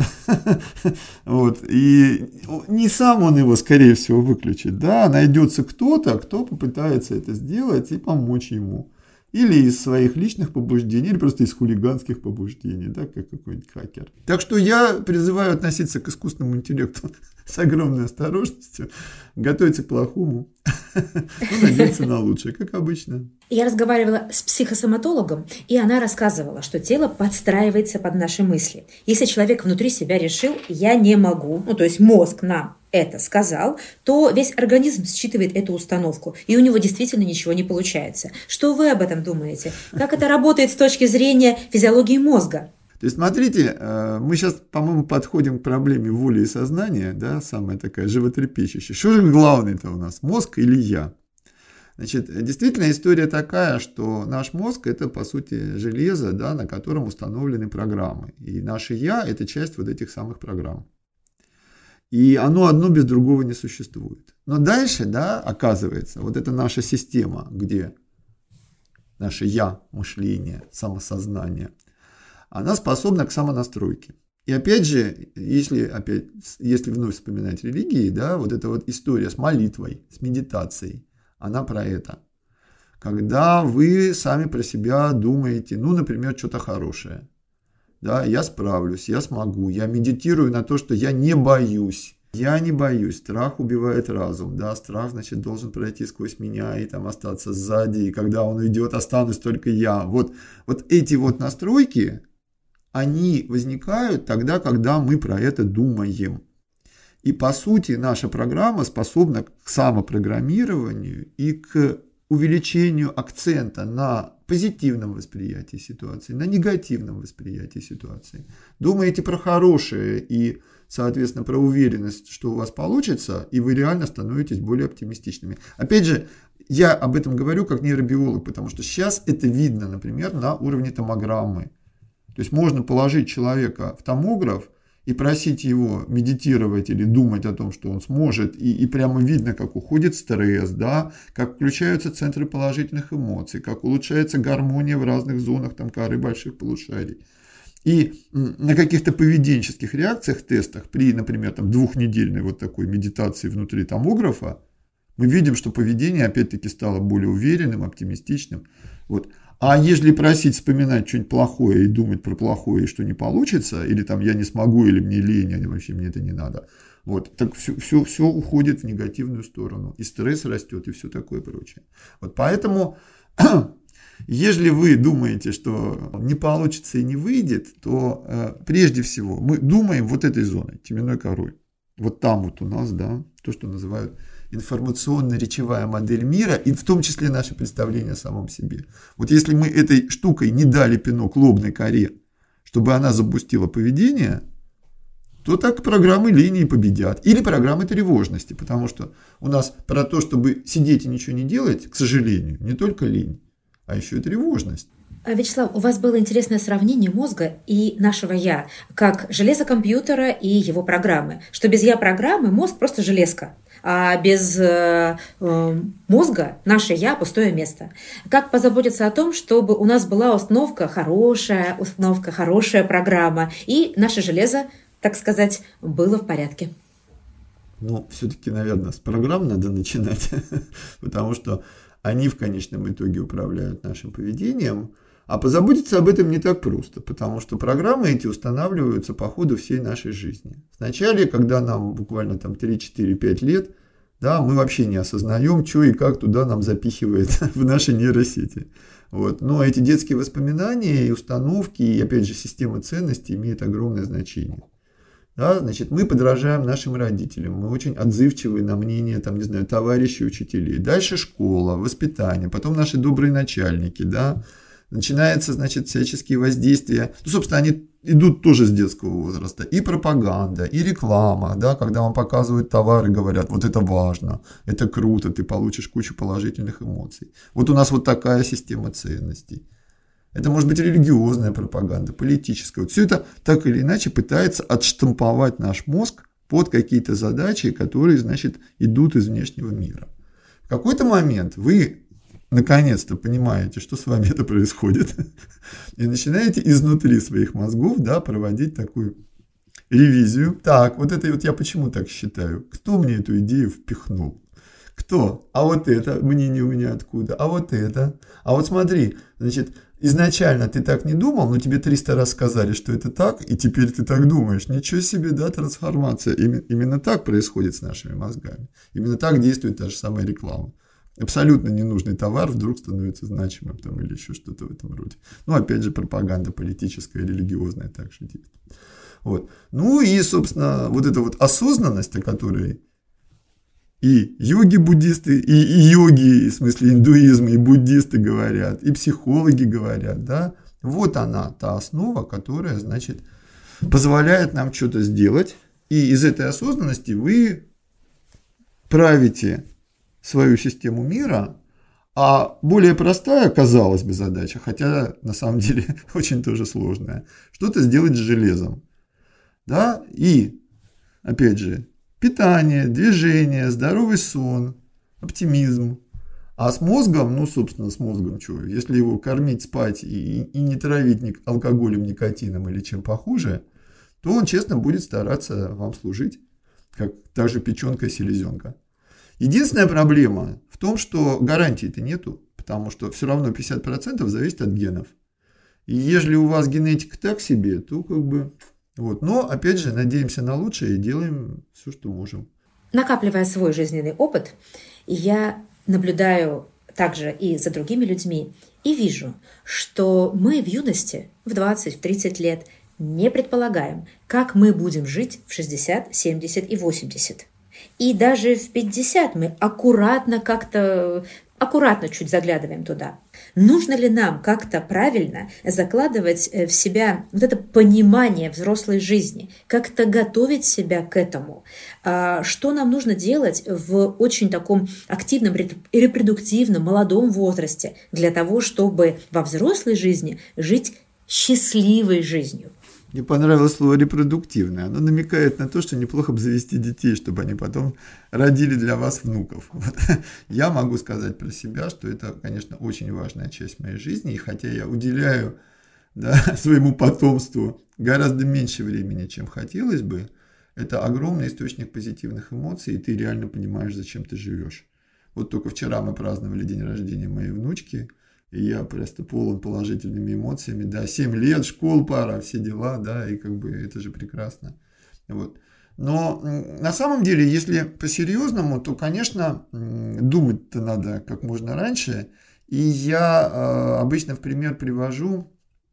Вот. И не сам он его, скорее всего, выключит. Да? Найдется кто-то, кто попытается это сделать и помочь ему. Или из своих личных побуждений, или просто из хулиганских побуждений, да, как какой-нибудь хакер. Так что я призываю относиться к искусственному интеллекту с огромной осторожностью, готовиться к плохому, но надеяться на лучшее, как обычно. Я разговаривала с психосоматологом, и она рассказывала, что тело подстраивается под наши мысли. Если человек внутри себя решил «я не могу», ну то есть мозг нам это сказал, то весь организм считывает эту установку, и у него действительно ничего не получается. Что вы об этом думаете? Как это работает с точки зрения физиологии мозга? То есть, смотрите, мы сейчас, по-моему, подходим к проблеме воли и сознания, да, самая такая животрепещущая. Что же главное-то у нас, мозг или я? Значит, действительно история такая, что наш мозг – это, по сути, железо, да, на котором установлены программы. И наше «я» – это часть вот этих самых программ. И оно одно без другого не существует. Но дальше, да, оказывается, вот это наша система, где наше «я», мышление, самосознание, она способна к самонастройке. И опять же, если, опять, если вновь вспоминать религии, да, вот эта вот история с молитвой, с медитацией, она про это. Когда вы сами про себя думаете, ну, например, что-то хорошее. Да, я справлюсь, я смогу, я медитирую на то, что я не боюсь. Я не боюсь, страх убивает разум, да, страх, значит, должен пройти сквозь меня и там остаться сзади, и когда он уйдет, останусь только я. Вот, вот эти вот настройки, они возникают тогда, когда мы про это думаем. И по сути наша программа способна к самопрограммированию и к увеличению акцента на позитивном восприятии ситуации, на негативном восприятии ситуации. Думаете про хорошее и, соответственно, про уверенность, что у вас получится, и вы реально становитесь более оптимистичными. Опять же, я об этом говорю как нейробиолог, потому что сейчас это видно, например, на уровне томограммы. То есть можно положить человека в томограф и просить его медитировать или думать о том, что он сможет, и, и прямо видно, как уходит стресс, да, как включаются центры положительных эмоций, как улучшается гармония в разных зонах там, коры больших полушарий. И на каких-то поведенческих реакциях, тестах, при, например, там, двухнедельной вот такой медитации внутри томографа, мы видим, что поведение опять-таки стало более уверенным, оптимистичным. Вот. А если просить вспоминать что-нибудь плохое и думать про плохое, и что не получится, или там я не смогу, или мне лень, или вообще мне это не надо, вот, так все, все, все уходит в негативную сторону, и стресс растет, и все такое прочее. Вот поэтому, если вы думаете, что не получится и не выйдет, то э, прежде всего мы думаем вот этой зоной, теменной корой. Вот там вот у нас, да, то, что называют информационно-речевая модель мира, и в том числе наше представление о самом себе. Вот если мы этой штукой не дали пинок лобной коре, чтобы она запустила поведение, то так программы лени победят. Или программы тревожности, потому что у нас про то, чтобы сидеть и ничего не делать, к сожалению, не только лень, а еще и тревожность. Вячеслав, у вас было интересное сравнение мозга и нашего «я», как железо компьютера и его программы, что без «я» программы мозг просто железка, а без э, э, мозга наше «я» пустое место. Как позаботиться о том, чтобы у нас была установка хорошая, установка хорошая программа, и наше железо, так сказать, было в порядке? Ну, все-таки, наверное, с программ надо начинать, потому что они в конечном итоге управляют нашим поведением. А позаботиться об этом не так просто, потому что программы эти устанавливаются по ходу всей нашей жизни. Вначале, когда нам буквально там три, четыре, пять лет, да, мы вообще не осознаем, что и как туда нам запихивает в наши нейросети. Вот. Но эти детские воспоминания и установки, и опять же система ценностей имеют огромное значение. Да, значит, мы подражаем нашим родителям, мы очень отзывчивы на мнение, там, не знаю, товарищей, учителей. Дальше школа, воспитание, потом наши добрые начальники, да. Начинается, значит, всяческие воздействия. Ну, собственно, они идут тоже с детского возраста. И пропаганда, и реклама, да, когда вам показывают товары, говорят, вот это важно, это круто, ты получишь кучу положительных эмоций. Вот у нас вот такая система ценностей. Это может быть религиозная пропаганда, политическая. Вот все это так или иначе пытается отштамповать наш мозг под какие-то задачи, которые, значит, идут из внешнего мира. В какой-то момент вы наконец-то понимаете, что с вами это происходит, и начинаете изнутри своих мозгов, да, проводить такую ревизию. Так, вот это вот я почему так считаю? Кто мне эту идею впихнул? Кто? А вот это мнение у меня откуда? А вот это? А вот смотри, значит, изначально ты так не думал, но тебе триста раз сказали, что это так, и теперь ты так думаешь. Ничего себе, да, трансформация. Именно так происходит с нашими мозгами. Именно так действует та же самая реклама. Абсолютно ненужный товар вдруг становится значимым там, или еще что-то в этом роде. Ну, опять же, пропаганда политическая, религиозная также действует. Вот. Ну и, собственно, вот эта вот осознанность, о которой и йоги-буддисты, и, и йоги, в смысле индуизм, и буддисты говорят, и психологи говорят, да, вот она, та основа, которая, значит, позволяет нам что-то сделать, и из этой осознанности вы правите свою систему мира, а более простая, казалось бы, задача, хотя на самом деле очень тоже сложная, что-то сделать с железом. Да? И, опять же, питание, движение, здоровый сон, оптимизм. А с мозгом, ну, собственно, с мозгом что? Если его кормить, спать и, и не травить ни алкоголем, никотином или чем похуже, то он, честно, будет стараться вам служить, как та же печенка и селезенка. Единственная проблема в том, что гарантий-то нету, потому что все равно пятьдесят процентов зависит от генов. И если у вас генетика так себе, то как бы... Вот. Но, опять же, надеемся на лучшее и делаем все, что можем. Накапливая свой жизненный опыт, я наблюдаю также и за другими людьми, и вижу, что мы в юности, в двадцать, в тридцать лет, не предполагаем, как мы будем жить в шестьдесят, семьдесят и восемьдесят. И даже в пятьдесят мы аккуратно как-то, аккуратно чуть заглядываем туда. Нужно ли нам как-то правильно закладывать в себя вот это понимание взрослой жизни, как-то готовить себя к этому? Что нам нужно делать в очень таком активном, репродуктивном, молодом возрасте для того, чтобы во взрослой жизни жить счастливой жизнью? Мне понравилось слово «репродуктивное». Оно намекает на то, что неплохо бы завести детей, чтобы они потом родили для вас внуков. Вот. Я могу сказать про себя, что это, конечно, очень важная часть моей жизни. И хотя я уделяю, да, своему потомству гораздо меньше времени, чем хотелось бы, это огромный источник позитивных эмоций, и ты реально понимаешь, зачем ты живешь. Вот только вчера мы праздновали день рождения моей внучки, и я просто полон положительными эмоциями, да, семь лет, школа, пара, все дела, да, и как бы это же прекрасно. Вот. Но на самом деле, если по-серьезному, то, конечно, думать-то надо как можно раньше. И я э, обычно в пример привожу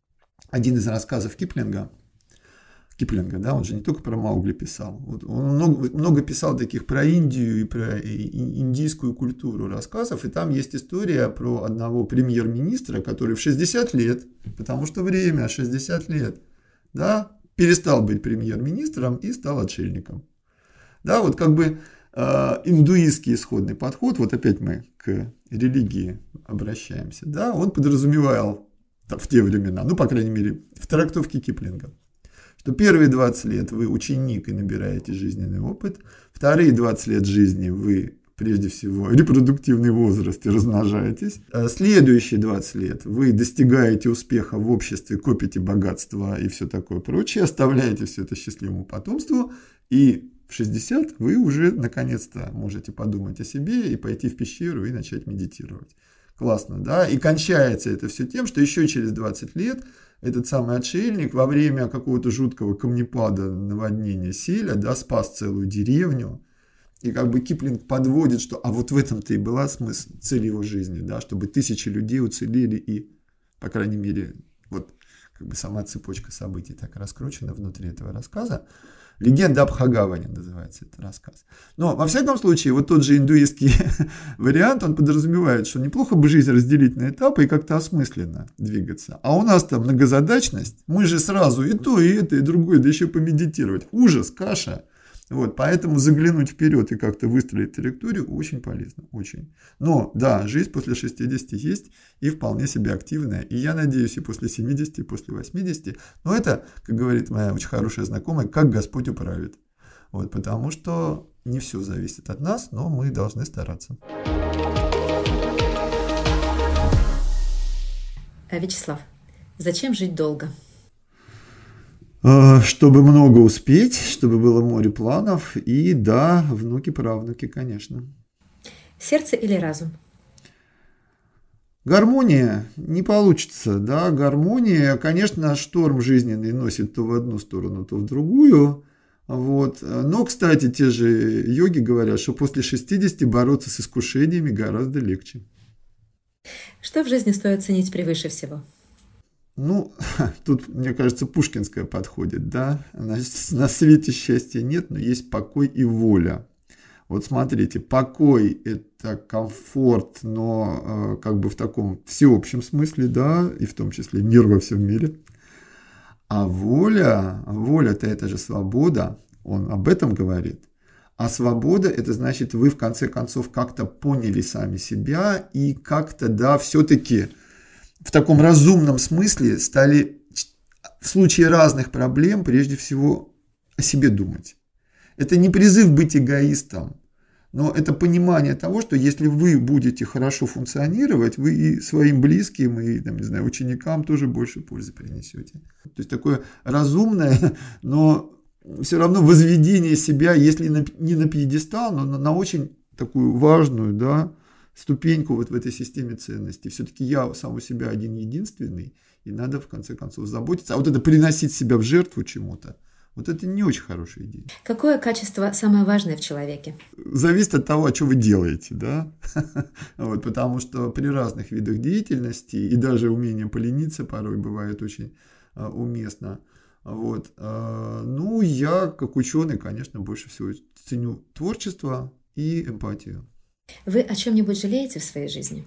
один из рассказов Киплинга. Киплинга, да, он же не только про Маугли писал. Вот он много, много писал таких про Индию и про индийскую культуру рассказов. И там есть история про одного премьер-министра, который в шестьдесят лет, потому что время, шестьдесят лет, да, перестал быть премьер-министром и стал отшельником. Да, вот как бы э, индуистский исходный подход, вот опять мы к религии обращаемся, да, он подразумевал в те времена, ну, по крайней мере, в трактовке Киплинга. Что первые двадцать лет вы ученик и набираете жизненный опыт, вторые двадцать лет жизни вы, прежде всего, репродуктивный возраст и размножаетесь, а следующие двадцать лет вы достигаете успеха в обществе, копите богатство и все такое прочее, оставляете все это счастливому потомству, и в шестьдесят вы уже наконец-то можете подумать о себе и пойти в пещеру и начать медитировать. Классно, да? И кончается это все тем, что еще через двадцать лет этот самый отшельник во время какого-то жуткого камнепада, наводнения Селя, да, спас целую деревню. И как бы Киплинг подводит, что а вот в этом-то и была смысл, цель его жизни, да, чтобы тысячи людей уцелели и, по крайней мере, вот как бы сама цепочка событий так раскручена внутри этого рассказа. «Легенда об Бхагаване» называется этот рассказ. Но, во всяком случае, вот тот же индуистский вариант, он подразумевает, что неплохо бы жизнь разделить на этапы и как-то осмысленно двигаться. А у нас-то многозадачность, мы же сразу и то, и это, и другое, да еще помедитировать. Ужас, каша. Вот, поэтому заглянуть вперед и как-то выстроить траекторию очень полезно, очень. Но, да, жизнь после шестидесяти есть и вполне себе активная. И я надеюсь, и после семидесяти, и после восьмидесяти. Но это, как говорит моя очень хорошая знакомая, как Господь управит. Вот, потому что не все зависит от нас, но мы должны стараться. Вячеслав, зачем жить долго? Чтобы много успеть, чтобы было море планов, и да, внуки-правнуки, конечно. Сердце или разум? Гармония не получится, да, гармония, конечно, шторм жизненный носит то в одну сторону, то в другую, вот. Но, кстати, те же йоги говорят, что после шестидесяти бороться с искушениями гораздо легче. Что в жизни стоит ценить превыше всего? Ну, тут, мне кажется, пушкинское подходит, да, на, на свете счастья нет, но есть покой и воля. Вот смотрите, покой – это комфорт, но э, как бы в таком всеобщем смысле, да, и в том числе мир во всем мире. А воля, воля-то это же свобода, он об этом говорит. А свобода – это значит, вы в конце концов как-то поняли сами себя и как-то, да, все-таки в таком разумном смысле стали в случае разных проблем прежде всего о себе думать. Это не призыв быть эгоистом, но это понимание того, что если вы будете хорошо функционировать, вы и своим близким, и, там, не знаю, ученикам тоже больше пользы принесете. То есть такое разумное, но все равно возведение себя, если не на пьедестал, но на очень такую важную, да, ступеньку вот в этой системе ценностей. Все-таки я сам у себя один единственный, и надо в конце концов заботиться. А вот это приносить себя в жертву чему-то, вот это не очень хорошая идея. Какое качество самое важное в человеке? Зависит от того, что вы делаете, да? Вот, потому что при разных видах деятельности и даже умение полениться порой бывает очень а, уместно. Вот. А, ну, я, как ученый, конечно, больше всего ценю творчество и эмпатию. Вы о чем-нибудь жалеете в своей жизни?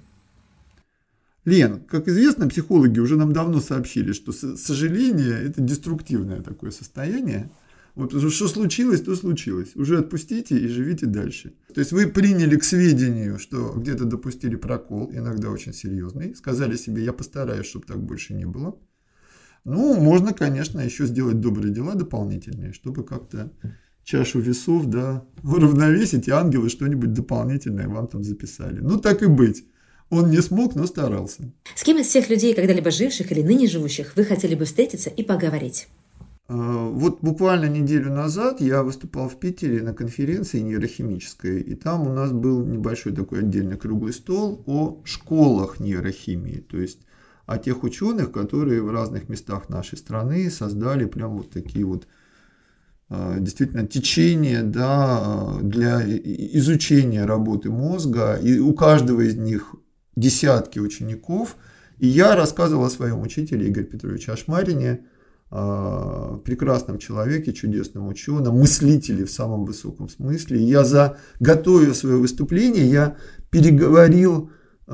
Лен, как известно, психологи уже нам давно сообщили, что сожаление – это деструктивное такое состояние. Вот уже что случилось, то случилось. Уже отпустите и живите дальше. То есть вы приняли к сведению, что где-то допустили прокол, иногда очень серьезный, сказали себе, я постараюсь, чтобы так больше не было. Ну, можно, конечно, еще сделать добрые дела дополнительные, чтобы как-то чашу весов, да, уравновесить, и ангелы что-нибудь дополнительное вам там записали. Ну, так и быть. Он не смог, но старался. С кем из всех людей, когда-либо живших или ныне живущих, вы хотели бы встретиться и поговорить? Вот буквально неделю назад я выступал в Питере на конференции нейрохимической, и там у нас был небольшой такой отдельный круглый стол о школах нейрохимии, то есть о тех ученых, которые в разных местах нашей страны создали прям вот такие вот действительно течение, да, для изучения работы мозга, и у каждого из них десятки учеников. И я рассказывал о своем учителе Игоре Петровиче Ашмарине, прекрасном человеке, чудесном ученом, мыслителе в самом высоком смысле. И я, за, готовя свое выступление, я переговорил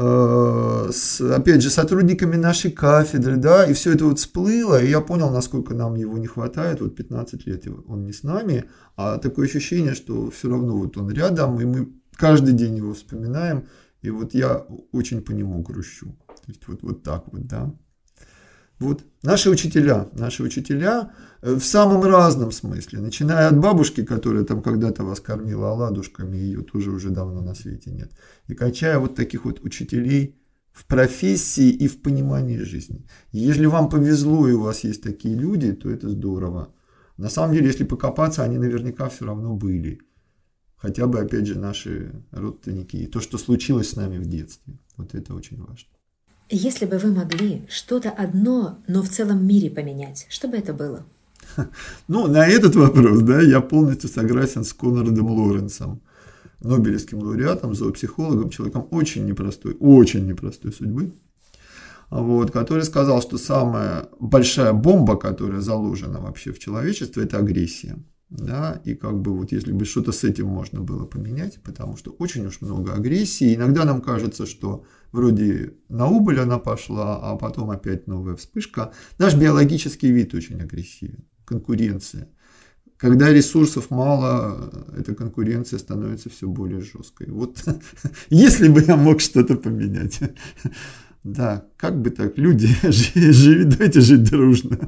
с, опять же, сотрудниками нашей кафедры, да, и все это вот всплыло, и я понял, насколько нам его не хватает, вот пятнадцать лет он не с нами, а такое ощущение, что все равно вот он рядом, и мы каждый день его вспоминаем, и вот я очень по нему грущу, то есть вот, вот так вот, да. Вот. Наши учителя, наши учителя в самом разном смысле, начиная от бабушки, которая там когда-то вас кормила оладушками, ее тоже уже давно на свете нет, и кончая вот таких вот учителей в профессии и в понимании жизни. Если вам повезло и у вас есть такие люди, то это здорово. На самом деле, если покопаться, они наверняка все равно были. Хотя бы, опять же, наши родственники и то, что случилось с нами в детстве. Вот это очень важно. Если бы вы могли что-то одно, но в целом мире поменять, что бы это было? Ну, на этот вопрос, да, я полностью согласен с Конрадом Лоренсом, нобелевским лауреатом, зоопсихологом, человеком очень непростой, очень непростой судьбы, вот, который сказал, что самая большая бомба, которая заложена вообще в человечестве, это агрессия. Да, и как бы вот если бы что-то с этим можно было поменять, потому что очень уж много агрессии, иногда нам кажется, что вроде на убыль она пошла, а потом опять новая вспышка. Наш биологический вид очень агрессивен, конкуренция. Когда ресурсов мало, эта конкуренция становится все более жесткой. Вот если бы я мог что-то поменять. Да, как бы так, люди, живите, давайте жить дружно.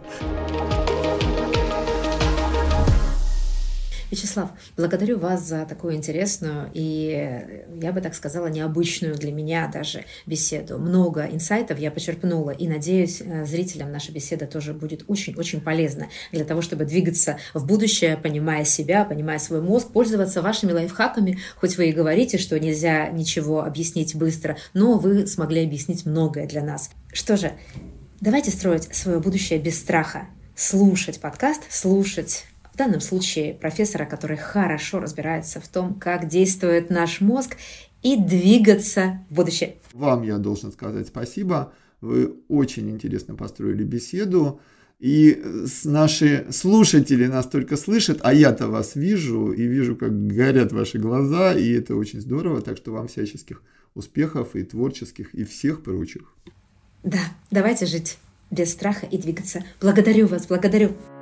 Вячеслав, благодарю вас за такую интересную и, я бы так сказала, необычную для меня даже беседу. Много инсайтов я почерпнула, и, надеюсь, зрителям наша беседа тоже будет очень-очень полезна для того, чтобы двигаться в будущее, понимая себя, понимая свой мозг, пользоваться вашими лайфхаками. Хоть вы и говорите, что нельзя ничего объяснить быстро, но вы смогли объяснить многое для нас. Что же, давайте строить свое будущее без страха. Слушать подкаст, слушать в данном случае профессора, который хорошо разбирается в том, как действует наш мозг, и двигаться в будущее. Вам я должен сказать спасибо. Вы очень интересно построили беседу. И наши слушатели нас только слышат, а я-то вас вижу, и вижу, как горят ваши глаза, и это очень здорово. Так что вам всяческих успехов и творческих, и всех прочих. Да, давайте жить без страха и двигаться. Благодарю вас, благодарю.